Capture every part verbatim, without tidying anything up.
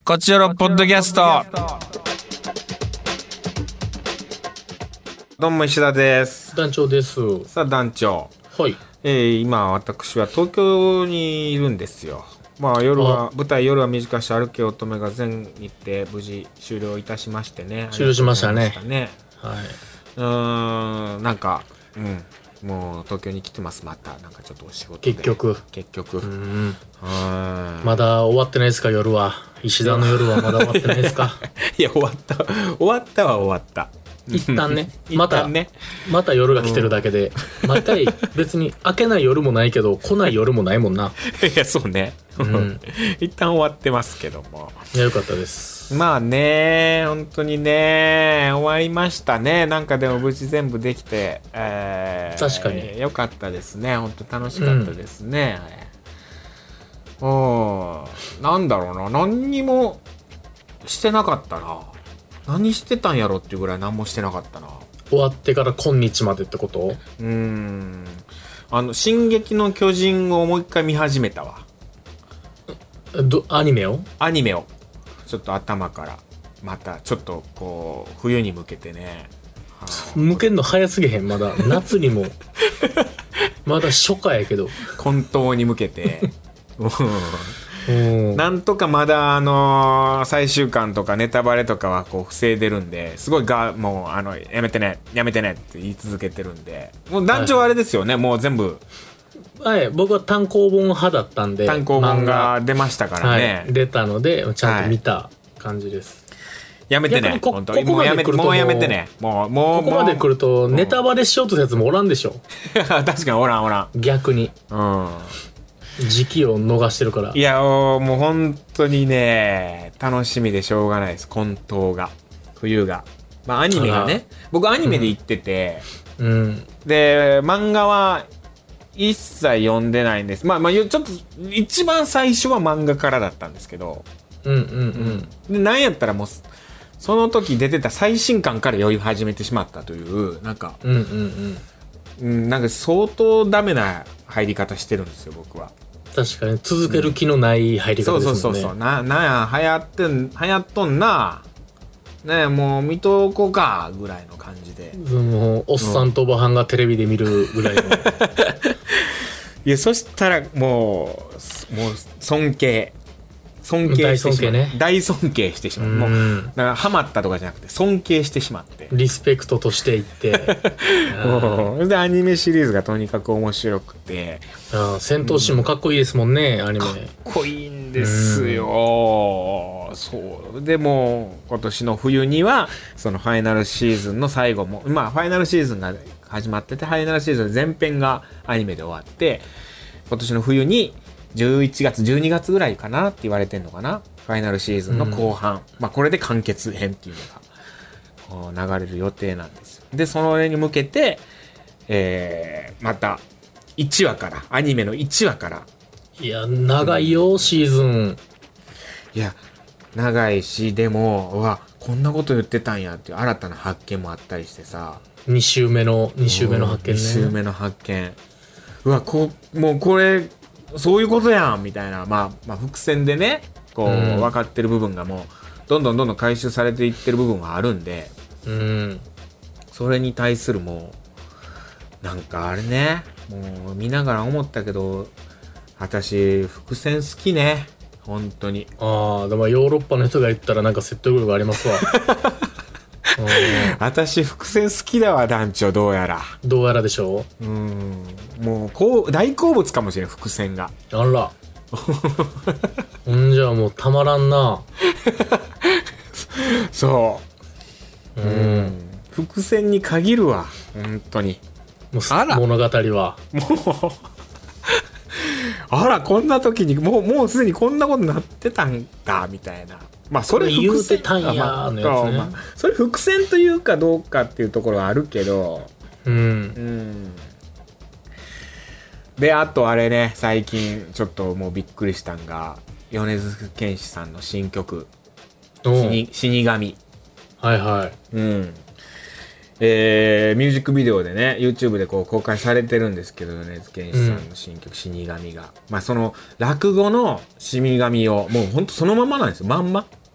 こちらのポッドキャスト。どうも石田です。 団長です。 さあ団長、 はい、 えー、今私は東京にいるんですよ。まあ夜は舞台夜は短し歩け乙女が全日程無事終了いたしましてね。 終了しましたね。 ね、 はい。 うーん、なんかうんもう東京に来てます。またなんかちょっとお仕事で結局結局うーんうんまだ終わってないですか？夜は石田の夜はまだ終わってないですか？ いや終わった終わったは終わった一旦ね一また旦ねまた夜が来てるだけで、うん、毎回別に明けない夜もないけど来ない夜もないもんな。 いやそうね、うん、一旦終わってますけども、 いやよかったです。 まあね本当にね終わりましたね。なんかでも無事全部できて、えー、 確かによかったですね。本当楽しかったですね、うん、おなんだろうな、何にもしてなかったな。何してたんやろっていうぐらい何もしてなかったな。 終わってから今日までってこと？ うーんあの進撃の巨人をもう一回見始めたわ。 どアニメをアニメをちょっと頭からまたちょっとこう冬に向けてね。 向けんの早すぎへん？まだ夏にもまだ初夏やけど混沌に向けてなんとかまだあのー、最終巻とかネタバレとかはこう防いでるんで、すごいがもうあのやめてねやめてねって言い続けてるんで、もう団長はあれですよね、はい、もう全部はい僕は単行本派だったんで単行本が出ましたからね、 はい、出たのでちゃんと見た感じです、はい、 やめてねこ本当ここまで来るともうやめてねもうもうここまで来るとネタバレしようとしたやつもおらんでしょ確かにおらんおらん逆にうん時期を逃してるから。 いやもう本当にね楽しみでしょうがないです。混沌が冬がまあアニメがね僕アニメで行ってて、うんうん、で漫画は一切読んでないんです。まあまあちょっと一番最初は漫画からだったんですけど、うんうんうん、でなんやったらもうその時出てた最新刊から読み始めてしまったというなんか、うんうんうん、なんか相当ダメな入り方してるんですよ僕は。 確かに続ける気のない入り方ですもんね、うん、そうそうそうそうななんや流行ってん流行っとんなねえもう見とこうかぐらいの感じで、 もうおっさんとおばはんがテレビで見るぐらいのいやそしたらもうもう尊敬尊敬してしまう、ね、大尊敬してしまう、うん、もうだからハマったとかじゃなくて尊敬してしまってリスペクトとしていってでアニメシリーズがとにかく面白くて、 あ戦闘シーンもかっこいいですもんね、うん、アニメかっこいいんですよ、うん、そうでも今年の冬にはそのファイナルシーズンの最後もまあファイナルシーズンが始まっててファイナルシーズン前編がアニメで終わって今年の冬にじゅういちがつじゅうにがつぐらいかなって言われてんのかな、ファイナルシーズンの後半、うん、まあこれで完結編っていうのがこう流れる予定なんですよ。でそれに向けて、えー、またいちわからアニメのいちわからいや長いよ、うん、シーズンいや長いしでもうわこんなこと言ってたんやっていう新たな発見もあったりしてさに週目のに週目の発見ね、 に週目の発見うわこもうこれそういうことやんみたいな、まあ、まあ伏線でねこう、うん、分かってる部分がもうどんどんどんどん回収されていってる部分があるんで、うん、それに対するもうなんかあれねもう見ながら思ったけど私伏線好きね本当に。 ああでもヨーロッパの人が言ったらなんか説得力がありますわ私伏線好きだわ団長どうやらどうやらでしょう。うんもうこう大好物かもしれん伏線が。 あらほんじゃもうたまらんなそう、うん、うん、伏線に限るわ本当に。 もうあら物語はもうあらこんな時にもうもうすでにこんなことなってたんだみたいな。まあそれ言うてたんやーのやつね、まあ、 それ伏線というかどうかっていうところはあるけど、うん、うん、であとあれね最近ちょっともうびっくりしたんが米津玄師さんの新曲死, 死神はいはい、 うんえー、ミュージックビデオでね YouTube でこう公開されてるんですけど米津玄師さんの新曲、うん、死神がまあその落語の死神をもうほんとそのままなんですよまんま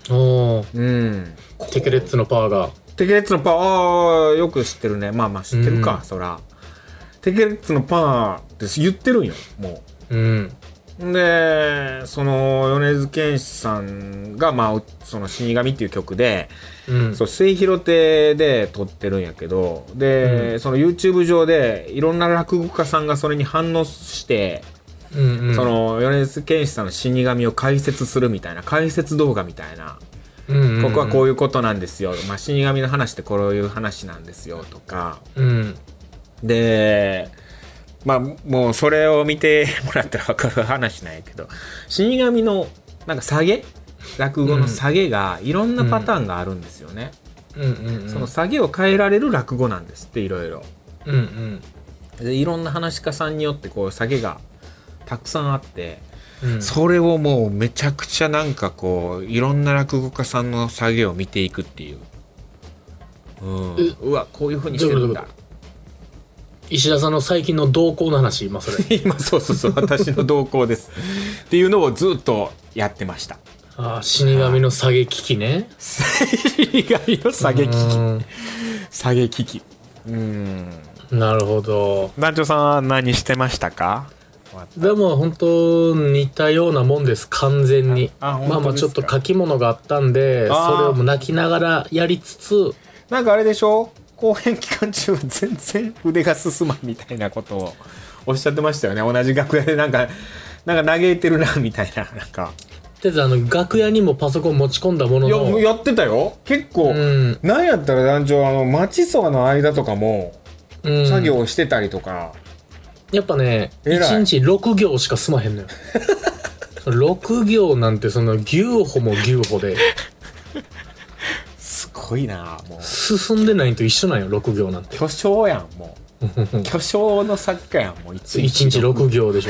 おーうんテケレッツのパワーがテケレッツのパワー、あーよく知ってるね。まあまあ知ってるか、 うんそら。テケレッツのパワーって言ってるんよ、もうんう。で、その、米津玄師さんが、まあ、その死神っていう曲で、 うんそう、末広亭で撮ってるんやけど、で、 うんその YouTube 上で、いろんな落語家さんがそれに反応して、 うんうんその、米津玄師さんの死神を解説するみたいな、解説動画みたいな、 うんうんうんここはこういうことなんですよ。まあ、死神の話ってこういう話なんですよとか。 うんで、まあ、もうそれを見てもらったら分かる話なんやけど、死神のなんか下げ落語の下げがいろんなパターンがあるんですよね。 うんうんうんその下げを変えられる落語なんですって、いろいろ。 うんうんで、いろんな話し家さんによってこう下げがたくさんあって、 うんそれをもうめちゃくちゃなんかこういろんな落語家さんの下げを見ていくっていう、うん、 えうわこういう風にしてるんだ。 石田さんの最近の動向の話今それ今そうそうそう私の動向ですっていうのをずっとやってました。 ああ死神の下げ危機ね死神の下げ危機うん下げ危機。うんなるほど。 団長さんは何してましたか？ でも本当似たようなもんです完全に。 あまあまあちょっと書き物があったんであーそれをも泣きながらやりつつなんかあれでしょ、公演期間中は全然腕が進まんみたいなことをおっしゃってましたよね。同じ楽屋でなんかなんか嘆いてるなみたいな。なんかとりあえずあの楽屋にもパソコン持ち込んだものいやのやってたよ結構、 うんなんやったら団長あの町そばの間とかもうん作業をしてたりとか、 やっぱね偉いいちにちろく行しか済まへんのよろく行なんてその牛歩も牛歩ですごいなもう進んでないのと一緒なんよろく行なんて巨匠やんもう巨匠の作家やんもういちにちろく行でしょ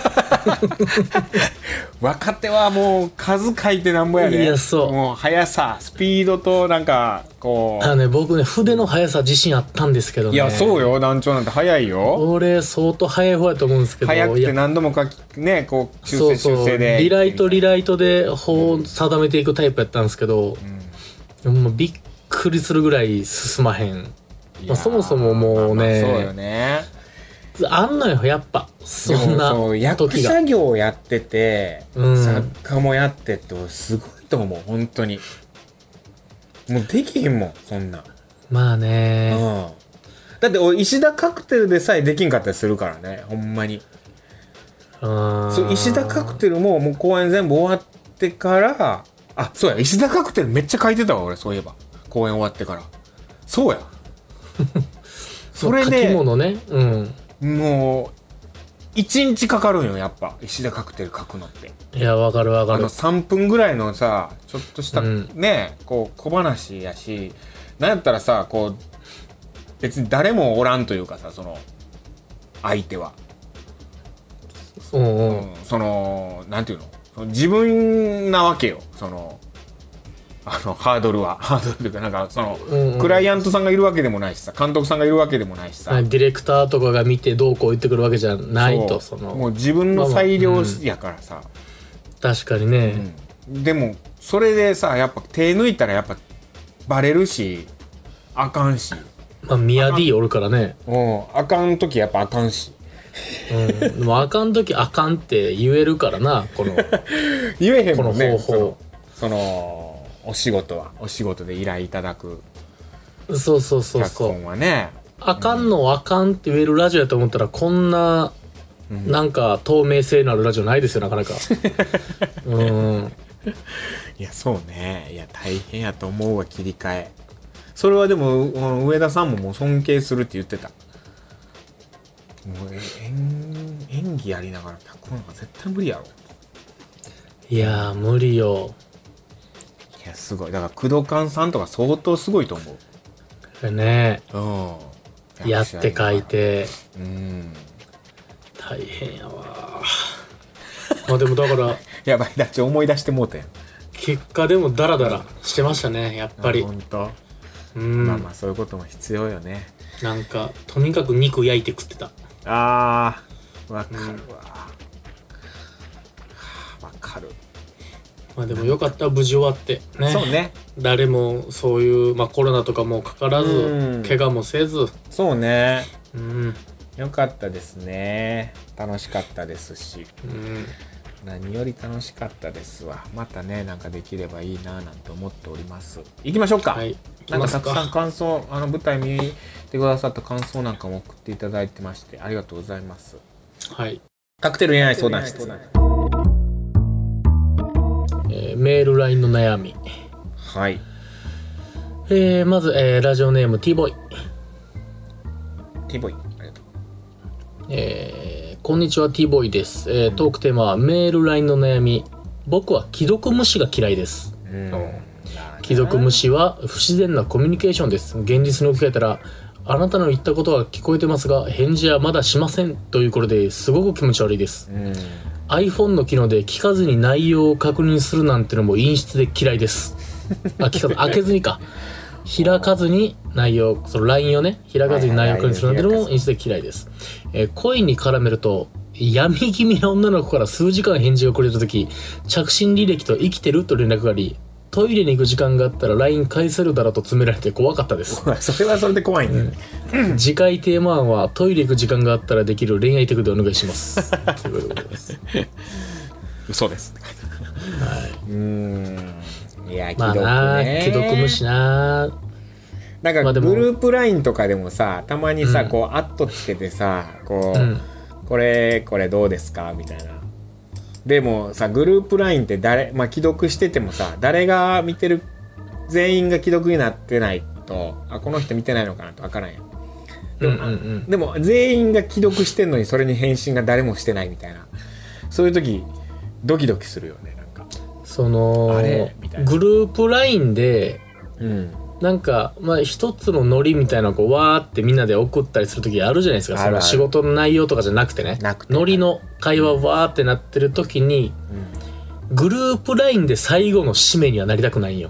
若手はもう数書いてなんぼやね。 いやそうもう速さスピードとなんかこあのね僕ね筆の速さ自信あったんですけどねういやそうよ団長なんて速いよ。 俺相当速い方やと思うんですけど速くていや何度も書きねこう修正そうそう修正でリライトリライトで法を定めていくタイプやったんですけど、もうびっくりするぐらい進まへん。まあ、そもそももうね、 まあまあそうよね。 あんのよやっぱそんなでもそう役時が者業やってて、 うん作家もやってってすごいと思う本当に。もうできひんもんそんな。 まあうね、 ん。だって俺石田カクテルでさえできんかったりするからねほんまに。 うん、 そう石田カクテルももう公演全部終わってからあそうや石田カクテルめっちゃ書いてたわ俺そういえば公演終わってからそうやそれ書きで物ねうんもういちにちかかるんよやっぱ石田カクテル書くのって。 いやわかるわかるあのさんぷんぐらいのさちょっとした、 うんねこう小話やしなんやったらさこう別に誰もおらんというかさその相手は、 うんうん、 うん、そのなんていうのその自分なわけよそのあのハードルはハードルというかなんかその、 うんうんクライアントさんがいるわけでもないしさ監督さんがいるわけでもないしさ、 ディレクターとかが見てどうこう言ってくるわけじゃないとそそうのもう自分の裁量やからさ、 確かにね、 うんでもそれでさやっぱ手抜いたらやっぱバレるしあかんしまあミヤ D おるからね、 うんあかん時やっぱあかんしうん、でもあかん時あかんって言えるからなこの言えへんもんねこの方法そのそのお仕事はお仕事で依頼いただくそうそうそう脚そう本はねあかんのあかんって言えるラジオやと思ったらこんな、 うんなんか透明性のあるラジオないですよなかなかうんいやそうねいや大変やと思うわ切り替えそれはでもうん上田さんももう尊敬するって言ってたもうえ演演技やりながら脚本なんか絶対無理やろいやー無理よいやすごいだから工藤勘さんとか相当すごいと思うねうんやって書いてうん大変やわまあでもだからやばいだって思い出してもうたやん結果でもダラダラしてましたねやっぱり本当うんまあまあそういうことも必要よねなんかとにかく肉焼いて食ってたあーわかるわ、わかるまあでもよかった、無事終わってね。 そうね。 誰もそういう、まあ、コロナとかもかからず、 うん、 怪我もせず。 そうね。 うん。 よかったですね。楽しかったですし。 うん。 何より楽しかったですわ。またね、なんかできればいいななんて思っております。行きましょうか。 はい。 なんかたくさん感想、あの舞台見てくださった感想なんかも送っていただいてまして、ありがとうございます。 はい。 カクテル恋愛相談室。 えー、メール ライン の悩み。 はい。 えー、まず、えー、ラジオネーム T ボーイ。 T ボーイ、ありがとう。 えー、こんにちは T ボーイです。えー、トークテーマはメール ライン の悩み。僕は既読無視が嫌いです。うん、既読無視は不自然なコミュニケーションです。現実に置き換えたら、あなたの言ったことは聞こえてますが返事はまだしませんということですごく気持ち悪いです。うん、iPhone の機能で聞かずに内容を確認するなんてのも陰湿で嫌いです。あ、聞かず開けずにか開かずに内容、その ライン をね開かずに内容を確認するなんてのも陰湿で嫌いです。えー、恋に絡めると闇気味な女の子から数時間返事がくれた時、着信履歴と生きてると連絡があり、トイレに行く時間があったら ライン 返せるだろうと詰められて怖かったです。 それはそれで怖いね、 うん、次回テーマ案はトイレ行く時間があったらできる恋愛テクでお願いしますということです。 嘘です、はい、うーん、いや既読ね、 まあな、既読無視な。 なんかグループ ライン とかでもさ、たまにさ、うん、こうアットつけてさ、こう、うん、これこれどうですかみたいな。でもさ、グループ ライン って誰、まあ、既読しててもさ、誰が見てる、全員が既読になってないと、あ、この人見てないのかなとわからんやん。でも、うんうんうん、でも全員が既読してんのにそれに返信が誰もしてないみたいな。そういう時、ドキドキするよね、なんか。 その、あれみたいな。グループ ライン で、うん、なんか、まあ、一つのノリみたいなのをこうわーってみんなで送ったりする時あるじゃないですか。その仕事の内容とかじゃなくてね。なくてノリの会話わーってなってる時に、うん、グループ ライン で最後の締めにはなりたくないんよ。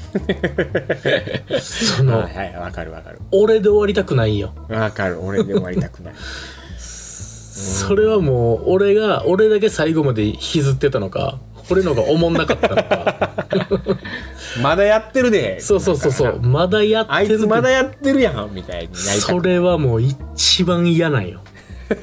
その、はいはい、わかるわかる。俺で終わりたくないんよ。 わかる、俺で終わりたくない。 それはもう、俺が、俺だけ最後まで引きずってたのか、俺のがおもんなかったのか。 まだやってるで。 そうそうそうそう。まだやってる。あいつまだやってるやんみたいになりたくない。 それはもう一番嫌なんよ。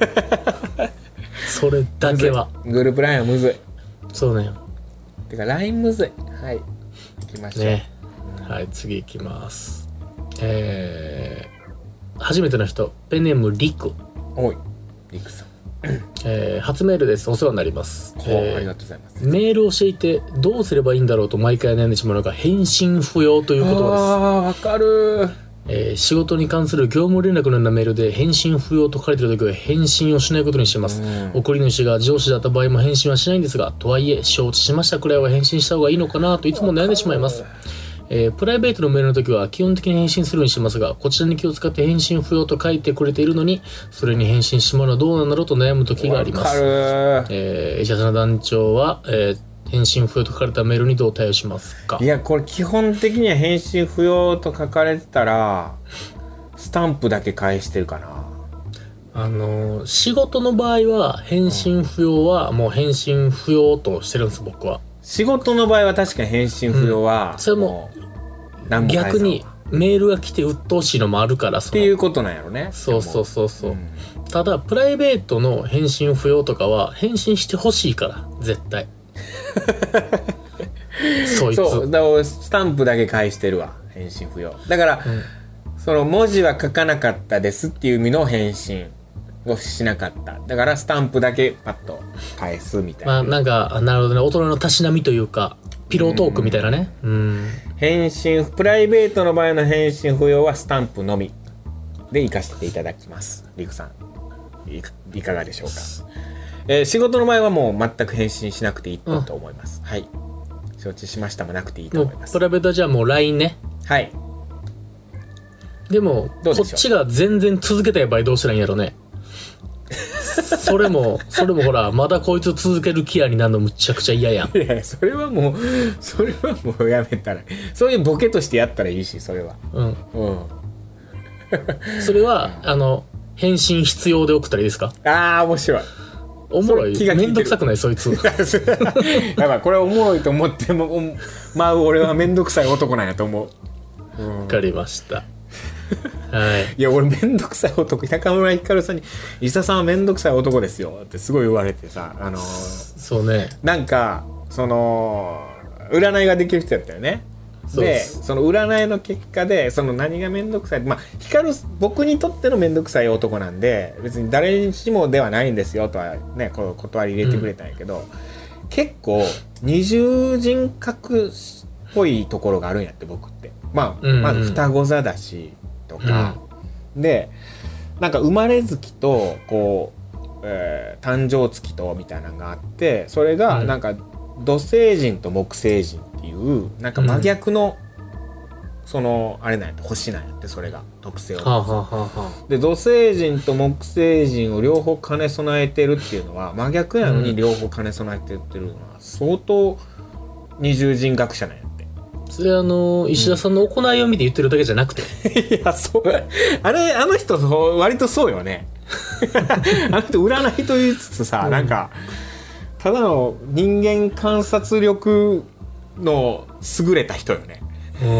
それだけは。 グループ ライン はむずい。 そうね。 てか ライン むずい。はい。行きましょう。ね。 うん、はい、次行きます。えー、初めての人、ペンネームリク。 おい、リクさん。 えー、初メールです。お世話になります。 えー、ありがとうございます。 メールをしていてどうすればいいんだろうと毎回悩んでしまうのが返信不要という言葉です。あー、わかる。 えー、仕事に関する業務連絡のようなメールで返信不要と書かれている時は返信をしないことにしています。送り主が上司だった場合も返信はしないんですが、とはいえ承知しましたくらいは返信した方がいいのかなといつも悩んでしまいます。えー、プライベートのメールの時は基本的に返信するようにしてますが、こちらに気を使って返信不要と書いてくれているのにそれに返信してしまうのはどうなんだろうと悩む時があります。えー、石田団長は、えー、返信不要と書かれたメールにどう対応しますか？ いや、これ基本的には返信不要と書かれてたらスタンプだけ返してるかな。 あのー、仕事の場合は返信不要はもう返信不要としてるんです、僕は。 仕事の場合は確かに返信不要は、うん、 それも逆にメールが来て鬱陶しいのもあるからっていうことなんやろね。 そうそうそうそう、うん、ただプライベートの返信不要とかは返信してほしいから絶対。そいつそうだからスタンプだけ返してるわ、返信不要だから、うん、その文字は書かなかったですっていう意味の返信をしなかった。だからスタンプだけパッと返すみたいな。 まあなんかなるほどね、大人のたしなみというかピロートークみたいなね。うん、うん、 返信プライベートの場合の返信不要はスタンプのみで行かせていただきます。リクさん い, いかがでしょうか。えー、仕事の場合はもう全く返信しなくていいと思います。うん、はい、承知しましたもなくていいと思います。 プライベートはじゃあもう ライン ね。 はい。 でもこっちが全然続けたい場合どうしたらいいんやろうね。それもそれもほらまだこいつ続ける気やになるのむちゃくちゃ嫌やん。 いやそれはもうそれはもうやめたら、そういうボケとしてやったらいいし、それはうん、うん、 それはあの返信必要で送ったらいいですか？ ああ面白い。 おもろい。 それ気が利いてるめんどくさくないそいつ。 やばいこれおもろいと思ってもまあ俺はめんどくさい男なんやと思う。 わ、うん、かりました。はい。 いや俺めんどくさい男、中村ひかるさんに伊佐さんはめんどくさい男ですよってすごい言われてさ、あのー、 そうね。 なんかその占いができる人やったよね。でその占いの結果でその何がめんどくさい、まあ光僕にとってのめんどくさい男なんで別に誰にしもではないんですよとはねこう断り入れてくれたんやけど、うん、結構二重人格っぽいところがあるんやって僕って。まあ、うんうん、まず双子座だしとか、うん、でなんか生まれ月とこう、えー、誕生月とみたいなのがあってそれがなんか土星人と木星人っていうなんか真逆の、うん、そのあれなんやって星なんやってそれが特性を持つ、はあはあはあ、で土星人と木星人を両方兼ね備えてるっていうのは真逆やのに両方兼ね備えてるっていうのは相当二重人格者なんやって。 それあの石田さんの行いを見て言ってるだけじゃなくて、 うん、いやそうあれあの人割とそうよね。あの人占いと言いつつさ、うん、なんかただの人間観察力の優れた人よね。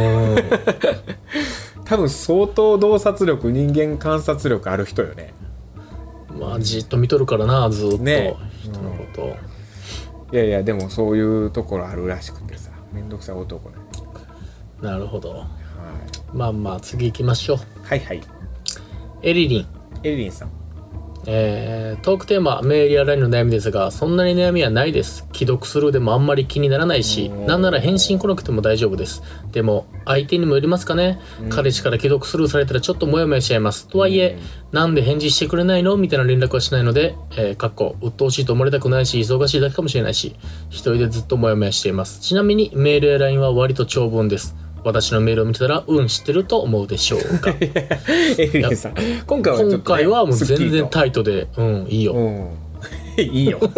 多分相当洞察力人間観察力ある人よね。 まあじっと見とるからなずっと、ね、人のこと、 うん、いやいやでもそういうところあるらしくてさめんどくさい男ね。 なるほど、はい、まあまあ次行きましょう。 はいはい。 エリリンエリリンさん、 えー、トークテーマメールやラインの悩みですがそんなに悩みはないです。既読スルーでもあんまり気にならないしなんなら返信来なくても大丈夫です。でも相手にもよりますかね。彼氏から既読スルーされたらちょっとモヤモヤしちゃいます。とはいえなんで返事してくれないのみたいな連絡はしないので、えー、かっこ鬱陶しいと思われたくないし忙しいだけかもしれないし一人でずっとモヤモヤしています。ちなみにメールや ライン は割と長文です。私のメールを見てたらうん知ってると思うでしょうか。 エリリンさん今回はちょっと、ね、 今回はもう全然タイトでうんいいよ、うん、 いいよ、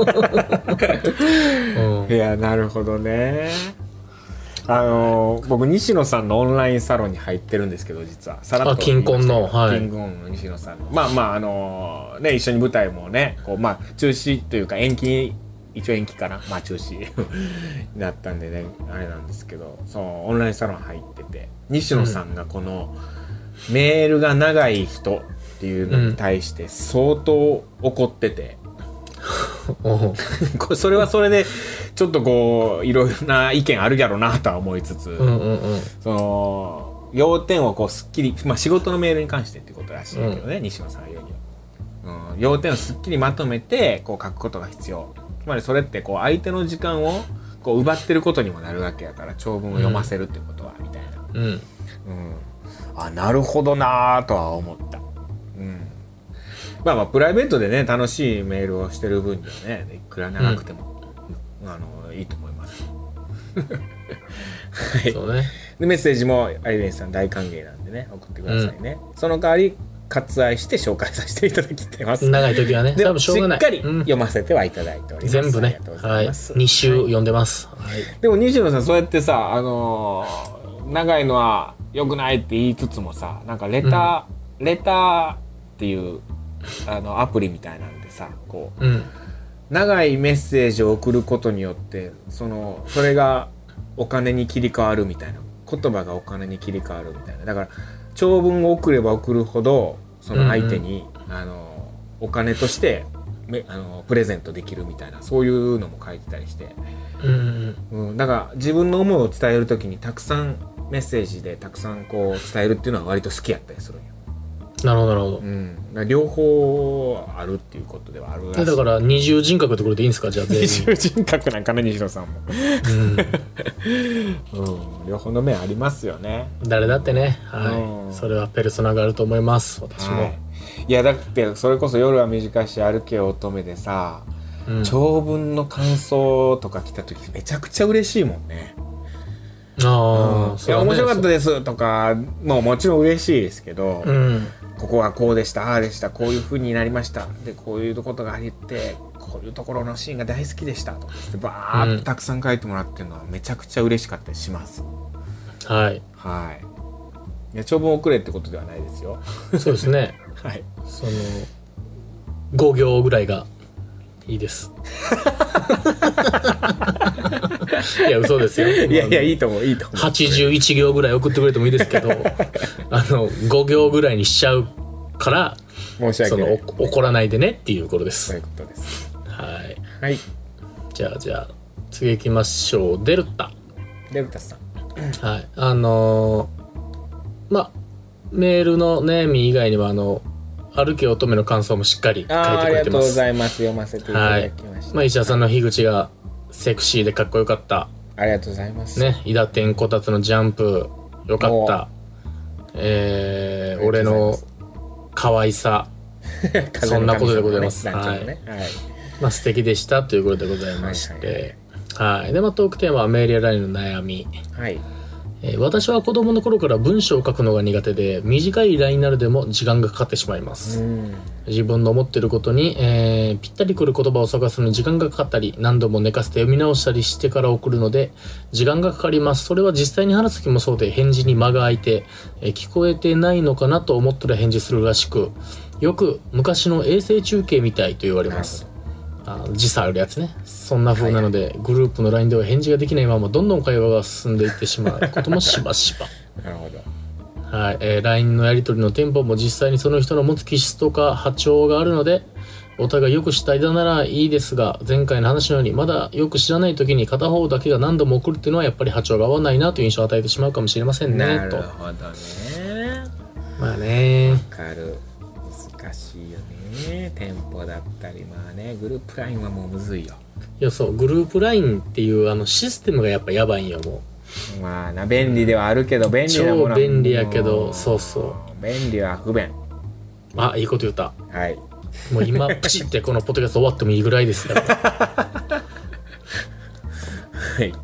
うん、いやなるほどね。あの僕西野さんのオンラインサロンに入ってるんですけど実はさらっと金婚の、はい、 金婚の西野さんのまあまああのね一緒に舞台もねこうまあ中止というか延期一応延期かなまあ中止になったんでねあれなんですけどそのオンラインサロン入ってて西野さんがこのメールが長い人っていうのに対して相当怒ってて、うん、それはそれでちょっとこういろいろな意見あるやろなとは思いつつ、うんうんうん、その要点をこうすっきり、まあ、仕事のメールに関してっていうことらしいけどね、うん、西野さんが言うには、うん、要点をすっきりまとめてこう書くことが必要。つまりそれってこう相手の時間をこう奪ってることにもなるわけやから長文を読ませるってことは、うん、みたいな、うんうん、あなるほどなとは思った、うん、まあまあプライベートでね楽しいメールをしてる分にはねいくら長くても、うん、あのいいと思います。はい、そうね、でメッセージもアイレンさん大歓迎なんでね送ってくださいね、うん、その代わり割愛して紹介させていただきてます。 長い時はね、 でもしっかり読ませてはいただいております。 全部ね、はい、に週読んでます。はい、 でも西野さんそうやってさ、あのー、長いのは良くないって言いつつもさ、なんかレター、うん、レターっていうあのアプリみたいなんでさ、こう、うん、長いメッセージを送ることによってそのそれがお金に切り替わるみたいな、言葉がお金に切り替わるみたいな、だから長文を送れば送るほどその相手に、うんうん、あのお金としてめあのプレゼントできるみたいなそういうのも書いてたりして、うんうんうん、だから自分の思いを伝えるときにたくさんメッセージでたくさんこう伝えるっていうのは割と好きやったりするんよ。 なるほどなるほど、 うん、だ両方あるっていうことではあるらしい。 だから二重人格ってことでいいんですかじゃあ全員。 二重人格なんかね西野さんも、うんうん、両方の面ありますよね。 誰だってね、はい、うん、それはペルソナがあると思います私も、はい、 いやだってそれこそ夜は短いし歩けよ乙女でさ、うん、長文の感想とか来た時めちゃくちゃ嬉しいもんね。あ、うん、そうね、いや面白かったですとかもうもちろん嬉しいですけど、うん、ここはこうでしたああでしたこういう風になりましたでこういうことがあってこういうところのシーンが大好きでしたとかってバーッとたくさん書いてもらってるのはめちゃくちゃ嬉しかったりします、 うん、はいはい。いや長文送れってことではないですよ。 そうですね。 はい。 そのご行ぐらいがいいですいや嘘ですよ。 いやいやいいと思ういいと思う。 はちじゅういち行ぐらい送ってくれてもいいですけどあのご行ぐらいにしちゃうから申し訳ない。 その怒らないでねっていうことです。 そういうことです。 はい、 はい、 じゃあじゃあ次行きましょう。デルタ。 デルタさん、 はい、あのー、まあメールの悩み以外にはあの歩け乙女の感想もしっかり書いてくれてます。 あ, ありがとうございます。読ませていただきました。 はい、まあ、石田さんの樋口がセクシーでかっこよかった。 ありがとうございます。 ね、伊達天こたつのジャンプよかった。えー、俺の可愛さそんなことでございます。はい、はい、まあ素敵でしたということでございまして、はい、はいはい、でまあトークテーマはメールやラインの悩み。はい、えー、私は子供の頃から文章を書くのが苦手で短いラインなるでも時間がかかってしまいます。うん自分の思っていることに、えー、ぴったりくる言葉を探すのに時間がかかったり何度も寝かせて読み直したりしてから送るので時間がかかります。それは実際に話す時もそうで返事に間が空いて、えー、聞こえてないのかなと思ったら返事するらしくよく昔の衛星中継みたいと言われます。あ時差あるやつね。そんな風なので、はいはい、グループの ライン では返事ができないままどんどん会話が進んでいってしまうこともしばしばなるほど。 はい、えー、ライン のやり取りのテンポも実際にその人の持つ気質とか波長があるのでお互いよく知った間ならいいですが前回の話のようにまだよく知らない時に片方だけが何度も送るっていうのはやっぱり波長が合わないなという印象を与えてしまうかもしれませんね。 なるほどね。 まあねわかる。難しいよね。テンポだったりまあねグループ ライン はもうむずいよ。 いやそうグループ ライン っていうあのシステムがやっぱやばいんよ。もうまあな便利ではあるけど便利なものは超便利やけどそうそう便利は不便。 あいいこと言った。 はいもう今プチってこのポッドキャスト終わってもいいぐらいですからはいはい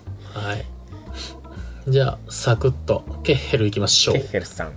じゃあサクッとケッヘルいきましょう。 ケッヘルさん、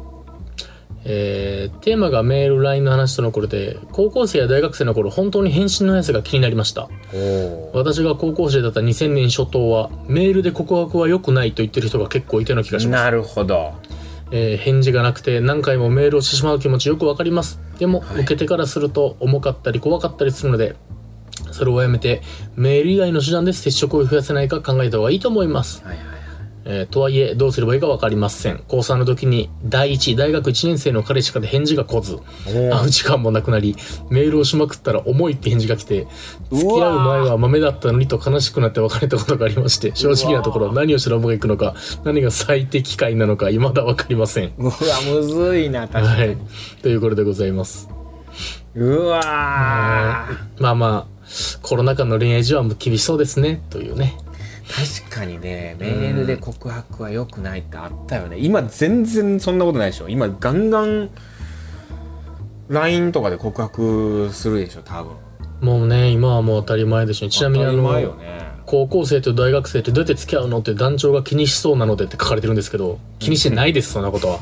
えー、テーマがメール ライン の話との頃で高校生や大学生の頃本当に返信の速さが気になりました。私が高校生だったにせんねん初頭はメールで告白は良くないと言ってる人が結構いたような気がします。 なるほど、 えー、返事がなくて何回もメールをしてしまう気持ちよくわかります。でも、はい、受けてからすると重かったり怖かったりするのでそれをやめてメール以外の手段で接触を増やせないか考えた方がいいと思います。はいはいえー、とはいえどうすればいいか分かりません。高さんの時に第一大学いちねん生の彼氏から返事が来ず会う時間もなくなりメールをしまくったら重いって返事が来て付き合う前は豆だったのにと悲しくなって別れたことがありまして正直なところ何をしたらうまくいくのか何が最適解なのか未だ分かりません。 うわむずいな確かに、はい、 ということでございます。 うわまあまあコロナ禍の恋愛事情は厳しそうですねというね。 確かにねメールで告白は良くないってあったよね。今全然そんなことないでしょ。今ガンガン ライン とかで告白するでしょ多分。 もうね今はもう当たり前でしょ。ちなみにあの、 ね、 高校生と大学生ってどうやって付き合うのって団長が気にしそうなのでって書かれてるんですけど気にしてないですそんなことは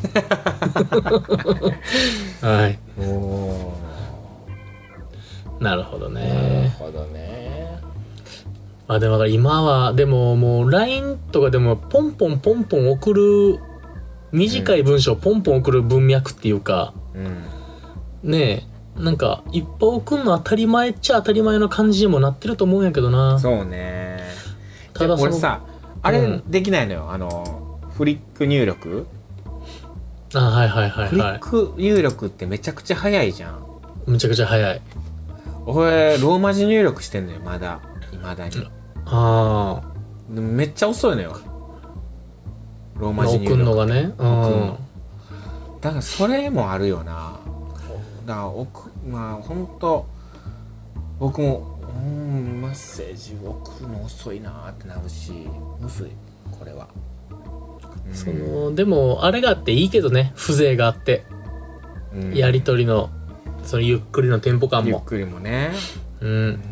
はいおなるほどねなるほどね。 まあでも今はでももう ライン とかでもポンポンポンポン送る短い文章をポンポン送る文脈っていうか、うん、ねえなんかいっぱい送るの当たり前っちゃ当たり前の感じにもなってると思うんやけどな。 そうね。ただ俺さあれできないのよ、うん、あのフリック入力。 あはいはいはいはい。 フリック入力ってめちゃくちゃ早いじゃん。 めちゃくちゃ早い。 俺ローマ字入力してんのよまだ未だに。 ああめっちゃ遅いのよローマ字入力送るのがね、うん、 だからそれもあるよな。だから送まあ本当僕もうんメッセージ送るの遅いなってなるしむずいこれは、 うん、そのでもあれがあっていいけどね風情があって、うん、やり取りのそのゆっくりのテンポ感もゆっくりもねうん、うん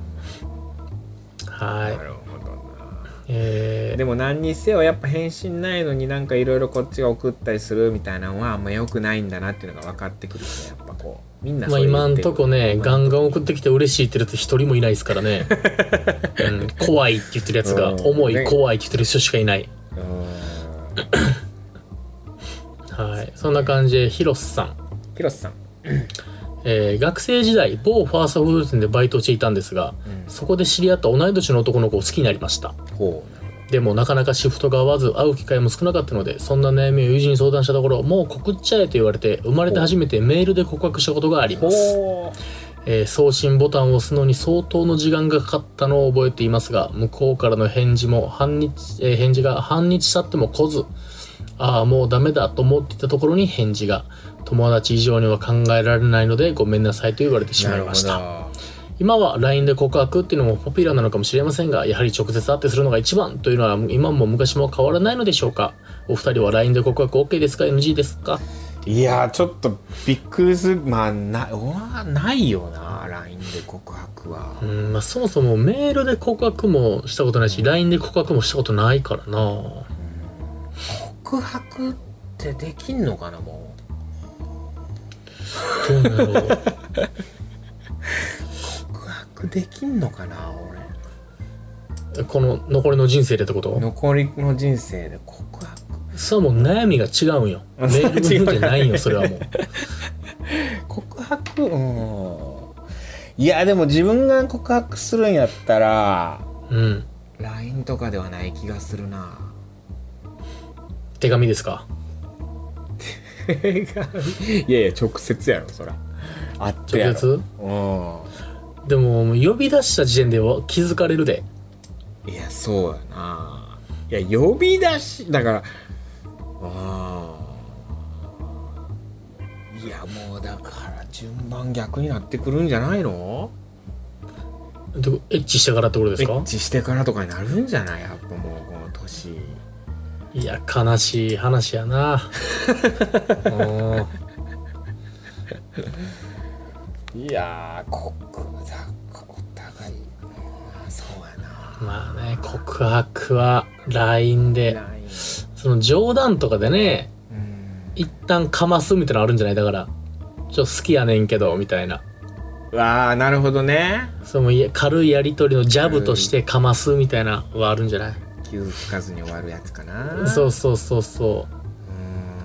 はい、 なるほどな、 えー、 でも何にせよやっぱ返信ないのになんかいろいろこっちが送ったりするみたいなのはあんま良くないんだなっていうのが分かってくるね。やっぱこうみんなそれ言ってる、 まあ、今んとこねガンガン送ってきて嬉しいってやつ一人もいないですからね、うん、怖いって言ってるやつが重い怖いって言ってる人しかいないはいそんな感じでヒロスさんヒロスさんえー学生時代某ファーストフード店でバイトをしていたんですが、 うん、 そこで知り合った同い年の男の子を好きになりました。 ほでもなかなかシフトが合わず会う機会も少なかったので、そんな悩みを友人に相談したところ、もう告っちゃえと言われて、生まれて初めてメールで告白したことがありうます。 ほうえー送信ボタンを押すのに相当の時間がかかったのを覚えていますが、向こうからの返事も半日、えー返事が半日経っても来ず、ああもうダメだと思っていたところに返事が、友達以上には考えられないのでごめんなさいと言われてしまいました。今は ライン で告白っていうのもポピュラーなのかもしれませんが、やはり直接会ってするのが一番というのは今も昔も変わらないのでしょうか。お二人は ライン で告白 OK ですか エヌジー ですか？ いやーちょっとびっくりする。まあなないよな ライン で告白は。 うん、まあ、そもそもメールで告白もしたことないし、 ライン で告白もしたことないからな。うん、 告白ってできんのかな。もうどうなんやろう告白できんのかな俺。この残りの人生でってこと？ 残りの人生で告白。 それはもう悩みが違うんよ。メールの文じゃないよそれはもう告白、うん、いやでも自分が告白するんやったら、 うん、 ライン とかではない気がするな。 手紙ですか？ 手紙いやいや直接やろそら。あってやろ。 直接？うん。でも呼び出した時点では気づかれるで。 いやそうやな。いや呼び出しだから、あいやもうだから順番逆になってくるんじゃないの？ でエッチしてからってことですか？ エッチしてからとかになるんじゃない？やっぱもうこの年。 いや悲しい話やないやー告白お互い、うん、そうやな。 まあね告白は ライン でラインその冗談とかでね、うん、一旦かますみたいなのあるんじゃない？だからちょっと好きやねんけどみたいな。 わあなるほどね。 その軽いやり取りのジャブとしてかますみたいなはあるんじゃない？ 傷つかずに終わるやつかな。 そうそうそうそう。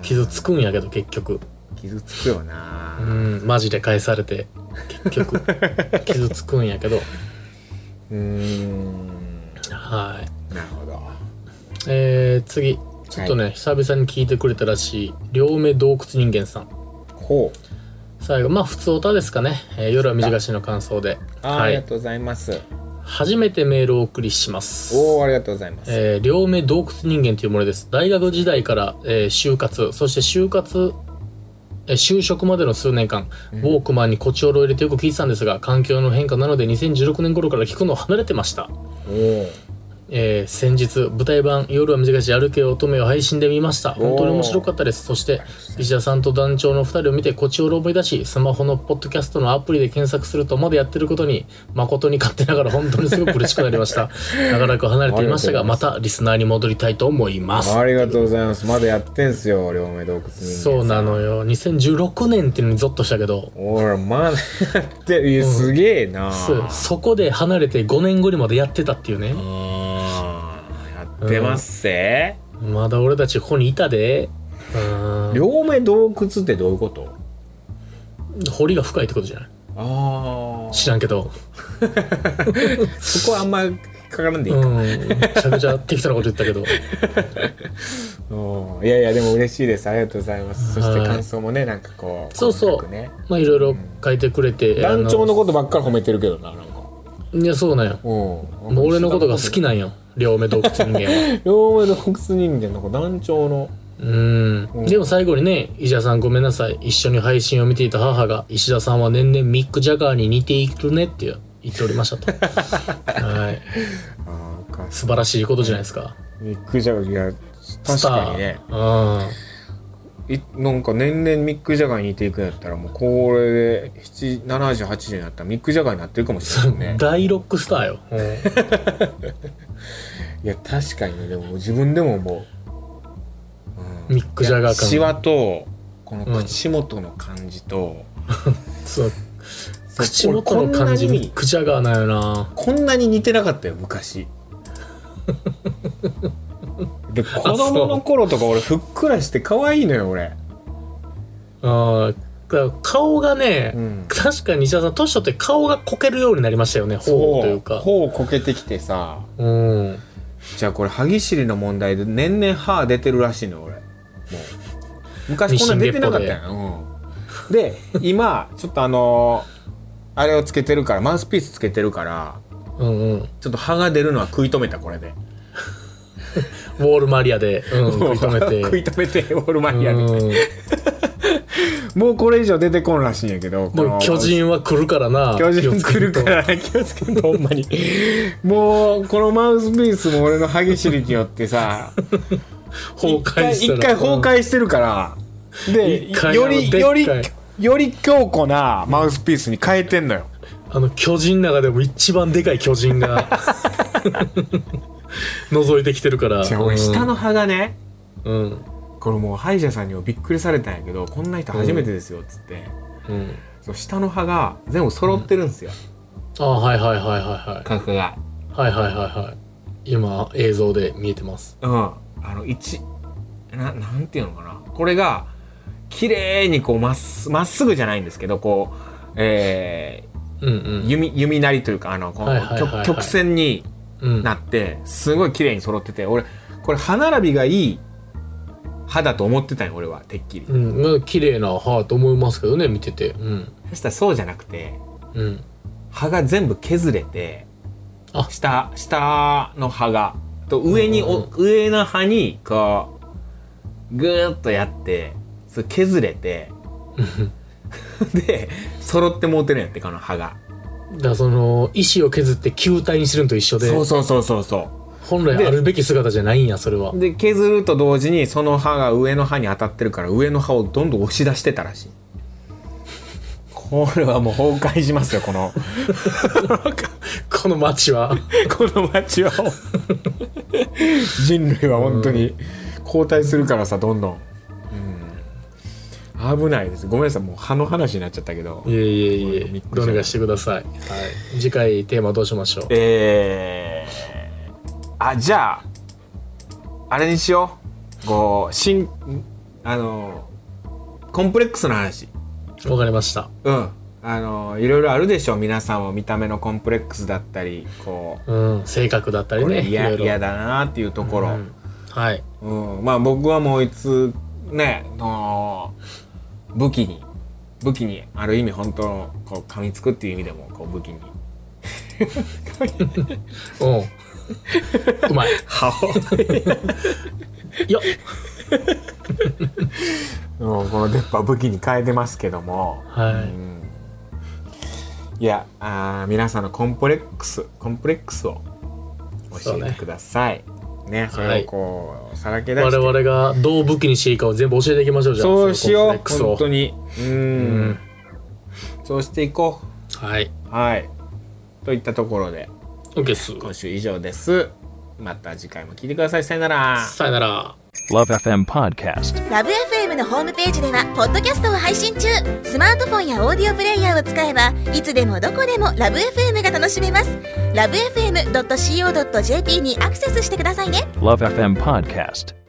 傷つくんやけど結局。 傷つくよな。 うんマジで返されて結局傷つくんやけど。 うーんはいなるほど。 えー、次ちょっとね、はい、久々に聞いてくれたらしい両目洞窟人間さん。 ほう。 最後まあ普通オタですかね、えー、夜は短しの感想で。 あ、はい、ありがとうございます。 初めてメールをお送りします。 おーありがとうございます。 えー、両目洞窟人間というものです。大学時代から、えー、就活そして就活え就職までの数年間、うん、ウォークマンにコチョロを入れてよく聞いてたんですが、環境の変化なのでにせんじゅうろくねん頃から聞くのを離れてました。おえー、先日舞台版夜は短し歩けよ乙女を配信で見ました。本当に面白かったです。そして石田さんと団長のふたりを見てコチョロを思い出し、スマホのポッドキャストのアプリで検索するとまだやってることに誠に勝手ながら本当にすごく嬉しくなりました長らく離れていましたがまたリスナーに戻りたいと思います。 ありがとうございます。まだやってんすよ両目洞窟人間。 そうなのよ。にせんじゅうろくねんっていうのにゾッとしたけど、 おらまだやってる、うん、すげえな。 そ, そこで離れてごねんごにまでやってたっていうね。 出ますせ、 うん、まだ俺たちここにいたで。 うん両目洞窟ってどういうこと？ 彫りが深いってことじゃない？あ知らんけどそこはあんまかからんでいいか、うん、 めちゃくちゃ適当なこと言ったけどいやいやでも嬉しいです。ありがとうございます。そして感想もねなんかこうそうそう、ね、まあいろいろ書いてくれて、 うん、団長のことばっかり褒めてるけどな。なんかいやそうなんよ、うん、もう俺のことが好きなんよ両目洞窟人間は両目洞窟人間の団長のうん、うん、でも最後にね石田さんごめんなさい、一緒に配信を見ていた母が石田さんは年々ミック・ジャガーに似ているねって言っておりましたとはいあ素晴らしいことじゃないですか。 ミック・ジャガーいや確かにねうんいなんか年々ミック・ジャガーに似ていくんやったらもうこれでななじゅうはちじゅうになったらミック・ジャガーになってるかもしれないね大ロックスターよ、うん、 いや確かにね。でも自分でも思う、うん、ミック・ジャガー感シワとこの口元の感じと、 うん、そう口元の感じミック・ジャガーなんよな。 こんなに似てなかったよ昔で子供の頃とか俺ふっくらして可愛いのよ俺。 ああ顔がね、 うん、 確かに西田さん年取って顔がこけるようになりましたよね。頬というか頬こけてきてさ、 うん、 じゃあこれ歯ぎしりの問題で年々歯出てるらしいの俺。もう昔こんな出てなかったやん、うん、で今ちょっとあのー、あれをつけてるからマウスピースつけてるから、 うんうん、 ちょっと歯が出るのは食い止めたこれでウォールマリアで、うん、食い止めて食い止めてウォールマリアで、うん、もうこれ以上出てこんらしいんやけど、 でも巨人は来るからな。 巨人来るから気をつけんとほんまにもうこのマウスピースも俺の歯ぎしりによってさ崩壊したら一回崩壊してるからでよりよりより強固なマウスピースに変えてんのよ。 あの巨人の中でも一番でかい巨人が覗いてきてるから。 じゃあ俺下の歯がね、 うん、 これもう歯医者さんにもびっくりされたんやけど、こんな人初めてですよっつって、うん、そう下の歯が全部揃ってるんですよ、 うん、ああはいはいはいはいはい角がはいはいはいはい今映像で見えてます。 うんあの一ななんていうのかな、これが綺麗にこうまっすまっすぐじゃないんですけどこう、えーうんうん、弓弓なりというかあのこの、はいはいはいはい、曲線になってすごい綺麗に揃ってて、俺これ歯並びがいい歯だと思ってたんよ俺はてっきり。 うん、綺麗な歯と思いますけどね見てて。うん、 そしたらそうじゃなくて、うん、歯が全部削れて、あ下下の歯がと上に、うんうん、上の歯にこうグーッとやってそれ削れてで揃ってもうてるんやってこの歯が。 だからその石を削って球体にするのと一緒で、 そうそうそうそうそう本来あるべき姿じゃないんやそれは。 で削ると同時にその歯が上の歯に当たってるから上の歯をどんどん押し出してたらしい。これはもう崩壊しますよこのこの街はこの街は人類は本当に後退するからさどんどん、うん、危ないです。ごめんなさいもう歯の話になっちゃったけど。 いえいえいえどうにかしてください、はい、次回テーマどうしましょう。 えー、あじゃああれにしよう。こうしんあのコンプレックスの話。 わかりました。 うんあのいろいろあるでしょ皆さんは。見た目のコンプレックスだったりこう、 うん、性格だったりね嫌だなっていうところ、うん、 はい、 うん、まあ僕はもういつねの武器に武器にある意味本当のこう噛みつくっていう意味でもこう武器におううまいはよもうこの出っ歯武器に変えてますけども、 はい、うん、 いやあ皆さんのコンプレックスコンプレックスを教えてください。ね、それをこうさらけ出して我々がどう武器にしていいかを全部教えていきましょう。じゃあそうしよう本当にうん、うん、そうしていこう。はいはいといったところで OK です。 今週以上です。また次回も聞いてください。さよなら。 さよなら。 Love エフエム Podcast。 ラブ エフエム のホームページではポッドキャストを配信中。スマートフォンやオーディオプレイヤーを使えばいつでもどこでもラブ エフエム が楽しめます。ラブ エフエムドットシーオードットジェーピー にアクセスしてくださいね。 Love エフエム Podcast。